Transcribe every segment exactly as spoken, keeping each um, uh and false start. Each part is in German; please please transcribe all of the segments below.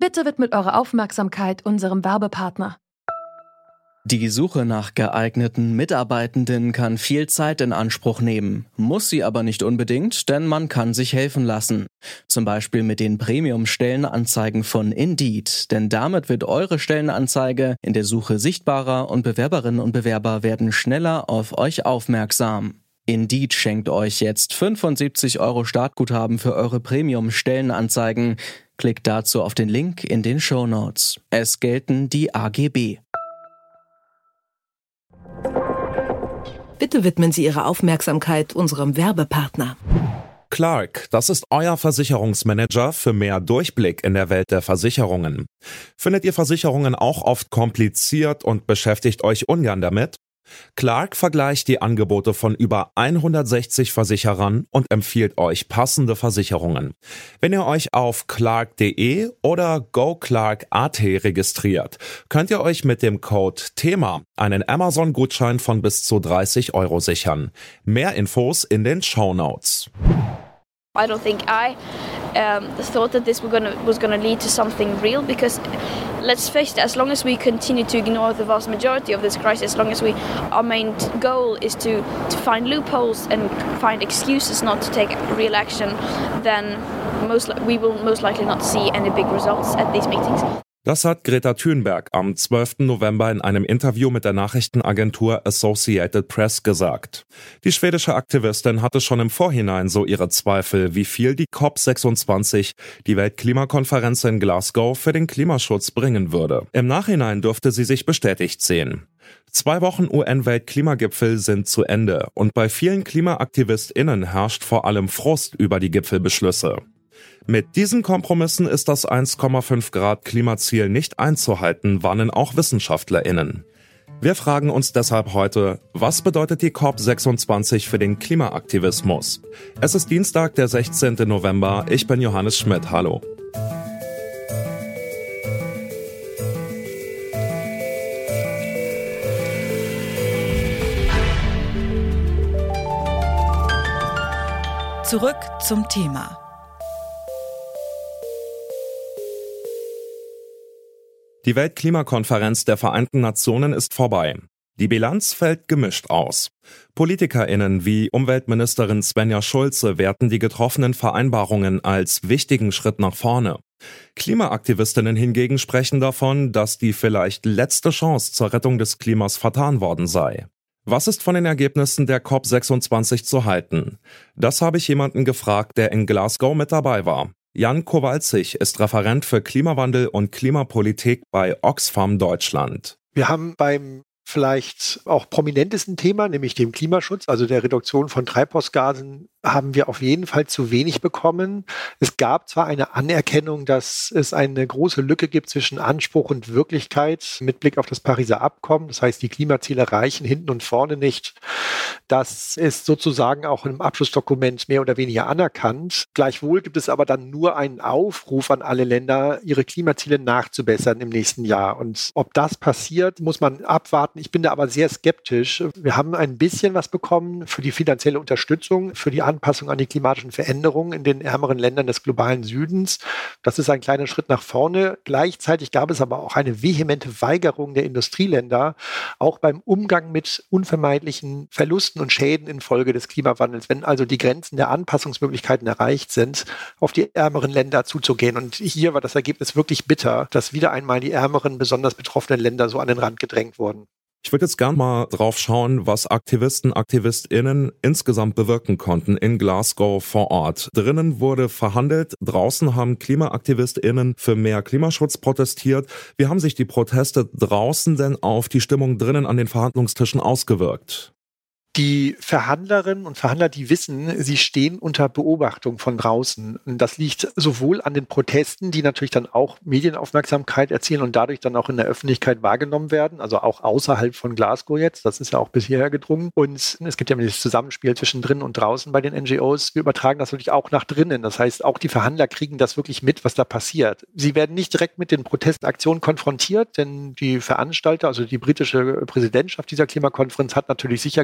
Bitte widmet eure Aufmerksamkeit unserem Werbepartner. Die Suche nach geeigneten Mitarbeitenden kann viel Zeit in Anspruch nehmen, muss sie aber nicht unbedingt, denn man kann sich helfen lassen. Zum Beispiel mit den Premium-Stellenanzeigen von Indeed, denn damit wird eure Stellenanzeige in der Suche sichtbarer und Bewerberinnen und Bewerber werden schneller auf euch aufmerksam. Indeed schenkt euch jetzt fünfundsiebzig Euro Startguthaben für eure Premium-Stellenanzeigen. Klickt dazu auf den Link in den Shownotes. Es gelten die A G B. Bitte widmen Sie Ihre Aufmerksamkeit unserem Werbepartner. Clark, das ist euer Versicherungsmanager für mehr Durchblick in der Welt der Versicherungen. Findet ihr Versicherungen auch oft kompliziert und beschäftigt euch ungern damit? Clark vergleicht die Angebote von über hundertsechzig Versicherern und empfiehlt euch passende Versicherungen. Wenn ihr euch auf clark punkt de oder go clark punkt a t registriert, könnt ihr euch mit dem Code THEMA einen Amazon-Gutschein von bis zu dreißig Euro sichern. Mehr Infos in den Shownotes. I don't think I um, thought that this was gonna, was going to lead to something real, because let's face it, as long as we continue to ignore the vast majority of this crisis, as long as we, our main goal is to, to find loopholes and find excuses not to take real action, then most li- we will most likely not see any big results at these meetings. Das hat Greta Thunberg am zwölften November in einem Interview mit der Nachrichtenagentur Associated Press gesagt. Die schwedische Aktivistin hatte schon im Vorhinein so ihre Zweifel, wie viel die C O P sechsundzwanzig, die Weltklimakonferenz in Glasgow, für den Klimaschutz bringen würde. Im Nachhinein dürfte sie sich bestätigt sehen. Zwei Wochen U N-Weltklimagipfel sind zu Ende und bei vielen KlimaaktivistInnen herrscht vor allem Frust über die Gipfelbeschlüsse. Mit diesen Kompromissen ist das eins Komma fünf Grad Klimaziel nicht einzuhalten, warnen auch WissenschaftlerInnen. Wir fragen uns deshalb heute, was bedeutet die C O P sechsundzwanzig für den Klimaaktivismus? Es ist Dienstag, der sechzehnten November. Ich bin Johannes Schmidt. Hallo. Zurück zum Thema. Die Weltklimakonferenz der Vereinten Nationen ist vorbei. Die Bilanz fällt gemischt aus. PolitikerInnen wie Umweltministerin Svenja Schulze werten die getroffenen Vereinbarungen als wichtigen Schritt nach vorne. Klimaaktivistinnen hingegen sprechen davon, dass die vielleicht letzte Chance zur Rettung des Klimas vertan worden sei. Was ist von den Ergebnissen der C O P sechsundzwanzig zu halten? Das habe ich jemanden gefragt, der in Glasgow mit dabei war. Jan Kowalczyk ist Referent für Klimawandel und Klimapolitik bei Oxfam Deutschland. Wir haben beim vielleicht auch prominentesten Thema, nämlich dem Klimaschutz, also der Reduktion von Treibhausgasen, haben wir auf jeden Fall zu wenig bekommen. Es gab zwar eine Anerkennung, dass es eine große Lücke gibt zwischen Anspruch und Wirklichkeit mit Blick auf das Pariser Abkommen. Das heißt, die Klimaziele reichen hinten und vorne nicht. Das ist sozusagen auch im Abschlussdokument mehr oder weniger anerkannt. Gleichwohl gibt es aber dann nur einen Aufruf an alle Länder, ihre Klimaziele nachzubessern im nächsten Jahr. Und ob das passiert, muss man abwarten. Ich bin da aber sehr skeptisch. Wir haben ein bisschen was bekommen für die finanzielle Unterstützung, für die Anpassung an die klimatischen Veränderungen in den ärmeren Ländern des globalen Südens. Das ist ein kleiner Schritt nach vorne. Gleichzeitig gab es aber auch eine vehemente Weigerung der Industrieländer, auch beim Umgang mit unvermeidlichen Verlusten und Schäden infolge des Klimawandels, wenn also die Grenzen der Anpassungsmöglichkeiten erreicht sind, auf die ärmeren Länder zuzugehen. Und hier war das Ergebnis wirklich bitter, dass wieder einmal die ärmeren, besonders betroffenen Länder so an den Rand gedrängt wurden. Ich würde jetzt gern mal drauf schauen, was Aktivisten, AktivistInnen insgesamt bewirken konnten in Glasgow vor Ort. Drinnen wurde verhandelt, draußen haben KlimaaktivistInnen für mehr Klimaschutz protestiert. Wie haben sich die Proteste draußen denn auf die Stimmung drinnen an den Verhandlungstischen ausgewirkt? Die Verhandlerinnen und Verhandler, die wissen, sie stehen unter Beobachtung von draußen. Und das liegt sowohl an den Protesten, die natürlich dann auch Medienaufmerksamkeit erzielen und dadurch dann auch in der Öffentlichkeit wahrgenommen werden, also auch außerhalb von Glasgow jetzt, das ist ja auch bis hierher gedrungen. Und es gibt ja das Zusammenspiel zwischen drinnen und draußen bei den N G Os. Wir übertragen das natürlich auch nach drinnen. Das heißt, auch die Verhandler kriegen das wirklich mit, was da passiert. Sie werden nicht direkt mit den Protestaktionen konfrontiert, denn die Veranstalter, also die britische Präsidentschaft dieser Klimakonferenz, hat natürlich sichergestellt,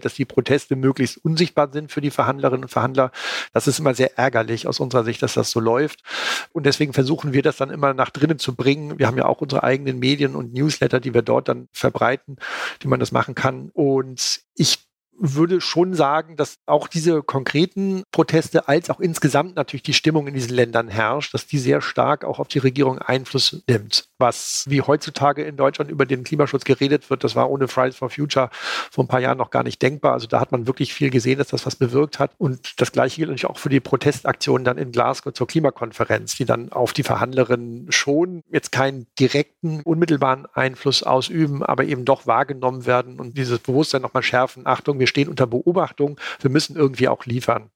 dass die Proteste möglichst unsichtbar sind für die Verhandlerinnen und Verhandler. Das ist immer sehr ärgerlich aus unserer Sicht, dass das so läuft. Und deswegen versuchen wir das dann immer nach drinnen zu bringen. Wir haben ja auch unsere eigenen Medien und Newsletter, die wir dort dann verbreiten, die man das machen kann. Und ich würde schon sagen, dass auch diese konkreten Proteste als auch insgesamt natürlich die Stimmung in diesen Ländern herrscht, dass die sehr stark auch auf die Regierung Einfluss nimmt. Was wie heutzutage in Deutschland über den Klimaschutz geredet wird, das war ohne Fridays for Future vor ein paar Jahren noch gar nicht denkbar. Also da hat man wirklich viel gesehen, dass das was bewirkt hat. Und das Gleiche gilt natürlich auch für die Protestaktionen dann in Glasgow zur Klimakonferenz, die dann auf die Verhandlerinnen schon jetzt keinen direkten, unmittelbaren Einfluss ausüben, aber eben doch wahrgenommen werden und dieses Bewusstsein nochmal schärfen. Achtung, wir stehen unter Beobachtung, wir müssen irgendwie auch liefern.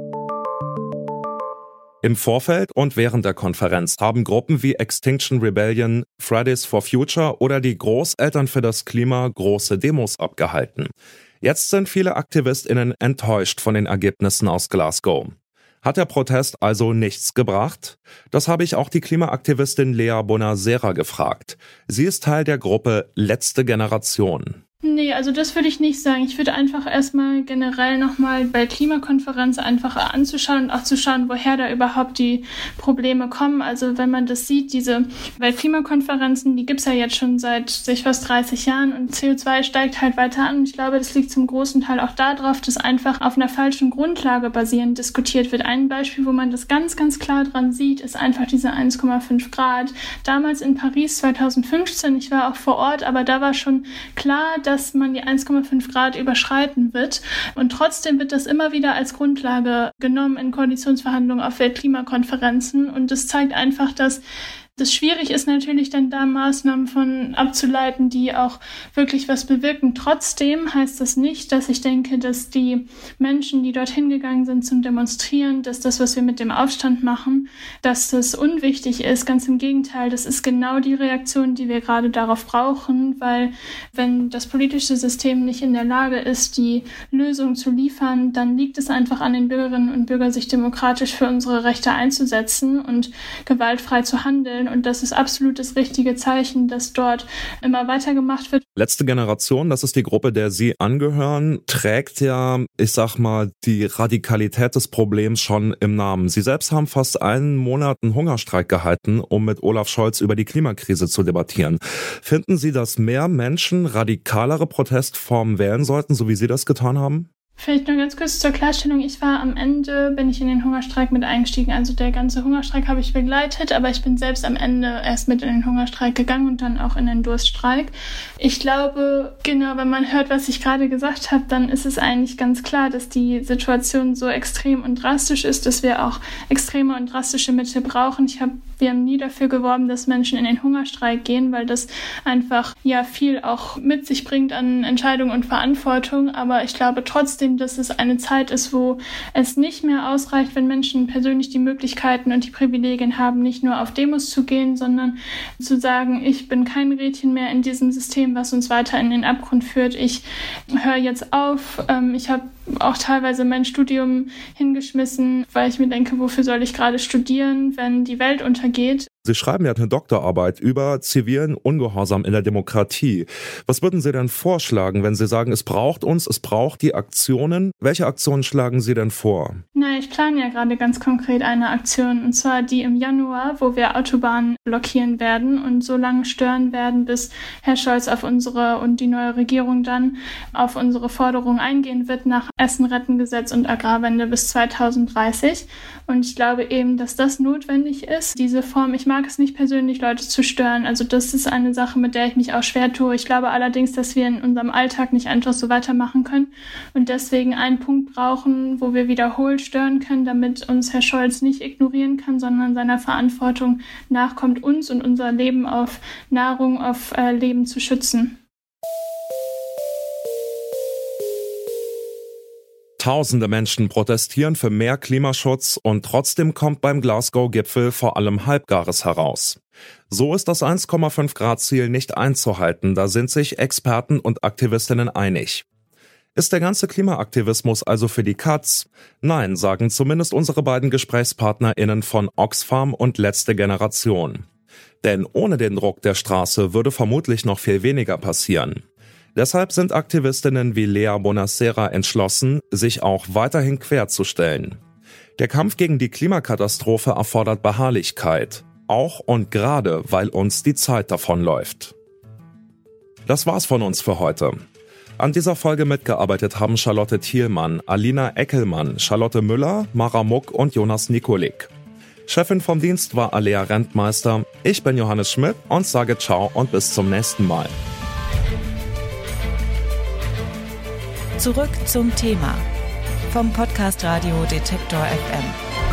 Im Vorfeld und während der Konferenz haben Gruppen wie Extinction Rebellion, Fridays for Future oder die Großeltern für das Klima große Demos abgehalten. Jetzt sind viele AktivistInnen enttäuscht von den Ergebnissen aus Glasgow. Hat der Protest also nichts gebracht? Das habe ich auch die Klimaaktivistin Lea Bonasera gefragt. Sie ist Teil der Gruppe Letzte Generation. Nee, also das würde ich nicht sagen. Ich würde einfach erstmal generell nochmal bei Klimakonferenz einfach anzuschauen und auch zu schauen, woher da überhaupt die Probleme kommen. Also wenn man das sieht, diese Weltklimakonferenzen, die gibt's ja jetzt schon seit sich fast dreißig Jahren und C O zwei steigt halt weiter an. Ich glaube, das liegt zum großen Teil auch darauf, dass einfach auf einer falschen Grundlage basierend diskutiert wird. Ein Beispiel, wo man das ganz, ganz klar dran sieht, ist einfach diese eins Komma fünf Grad. Damals in Paris zweitausendfünfzehn, ich war auch vor Ort, aber da war schon klar, dass man die eins Komma fünf Grad überschreiten wird. Und trotzdem wird das immer wieder als Grundlage genommen in Koalitionsverhandlungen auf Weltklimakonferenzen. Und das zeigt einfach, dass das schwierig ist natürlich dann da Maßnahmen von abzuleiten, die auch wirklich was bewirken. Trotzdem heißt das nicht, dass ich denke, dass die Menschen, die dorthin gegangen sind zum Demonstrieren, dass das, was wir mit dem Aufstand machen, dass das unwichtig ist. Ganz im Gegenteil, das ist genau die Reaktion, die wir gerade darauf brauchen, weil wenn das politische System nicht in der Lage ist, die Lösung zu liefern, dann liegt es einfach an den Bürgerinnen und Bürgern, sich demokratisch für unsere Rechte einzusetzen und gewaltfrei zu handeln. Und das ist absolut das richtige Zeichen, dass dort immer weitergemacht wird. Letzte Generation, das ist die Gruppe, der Sie angehören, trägt ja, ich sag mal, die Radikalität des Problems schon im Namen. Sie selbst haben fast einen Monat einen Hungerstreik gehalten, um mit Olaf Scholz über die Klimakrise zu debattieren. Finden Sie, dass mehr Menschen radikalere Protestformen wählen sollten, so wie Sie das getan haben? Vielleicht nur ganz kurz zur Klarstellung. Ich war am Ende, bin ich in den Hungerstreik mit eingestiegen. Also der ganze Hungerstreik habe ich begleitet, aber ich bin selbst am Ende erst mit in den Hungerstreik gegangen und dann auch in den Durststreik. Ich glaube, genau, wenn man hört, was ich gerade gesagt habe, dann ist es eigentlich ganz klar, dass die Situation so extrem und drastisch ist, dass wir auch extreme und drastische Mittel brauchen. Ich habe, wir haben nie dafür geworben, dass Menschen in den Hungerstreik gehen, weil das einfach ja viel auch mit sich bringt an Entscheidungen und Verantwortung. Aber ich glaube trotzdem, dass es eine Zeit ist, wo es nicht mehr ausreicht, wenn Menschen persönlich die Möglichkeiten und die Privilegien haben, nicht nur auf Demos zu gehen, sondern zu sagen, ich bin kein Rädchen mehr in diesem System, was uns weiter in den Abgrund führt. Ich höre jetzt auf. Ich habe auch teilweise mein Studium hingeschmissen, weil ich mir denke, wofür soll ich gerade studieren, wenn die Welt untergeht? Sie schreiben ja eine Doktorarbeit über zivilen Ungehorsam in der Demokratie. Was würden Sie denn vorschlagen, wenn Sie sagen, es braucht uns, es braucht die Aktionen? Welche Aktionen schlagen Sie denn vor? Na, ich plane ja gerade ganz konkret eine Aktion, und zwar die im Januar, wo wir Autobahnen blockieren werden und so lange stören werden, bis Herr Scholz auf unsere und die neue Regierung dann auf unsere Forderungen eingehen wird nach Essen-Retten-Gesetz und Agrarwende bis zweitausenddreißig. Und ich glaube eben, dass das notwendig ist, diese Form. Ich mag es nicht persönlich, Leute zu stören. Also das ist eine Sache, mit der ich mich auch schwer tue. Ich glaube allerdings, dass wir in unserem Alltag nicht einfach so weitermachen können und deswegen einen Punkt brauchen, wo wir wiederholt stören können, damit uns Herr Scholz nicht ignorieren kann, sondern seiner Verantwortung nachkommt, uns und unser Leben auf Nahrung, auf äh, Leben zu schützen. Tausende Menschen protestieren für mehr Klimaschutz und trotzdem kommt beim Glasgow-Gipfel vor allem Halbgares heraus. So ist das eins Komma fünf Grad Ziel nicht einzuhalten, da sind sich Experten und Aktivistinnen einig. Ist der ganze Klimaaktivismus also für die Katz? Nein, sagen zumindest unsere beiden GesprächspartnerInnen von Oxfam und Letzte Generation. Denn ohne den Druck der Straße würde vermutlich noch viel weniger passieren. Deshalb sind Aktivistinnen wie Lea Bonacera entschlossen, sich auch weiterhin querzustellen. Der Kampf gegen die Klimakatastrophe erfordert Beharrlichkeit, auch und gerade, weil uns die Zeit davonläuft. Das war's von uns für heute. An dieser Folge mitgearbeitet haben Charlotte Thielmann, Alina Eckelmann, Charlotte Müller, Mara Muck und Jonas Nikolik. Chefin vom Dienst war Alea Rentmeister. Ich bin Johannes Schmidt und sage ciao und bis zum nächsten Mal. Zurück zum Thema vom Podcast Radio Detektor F M.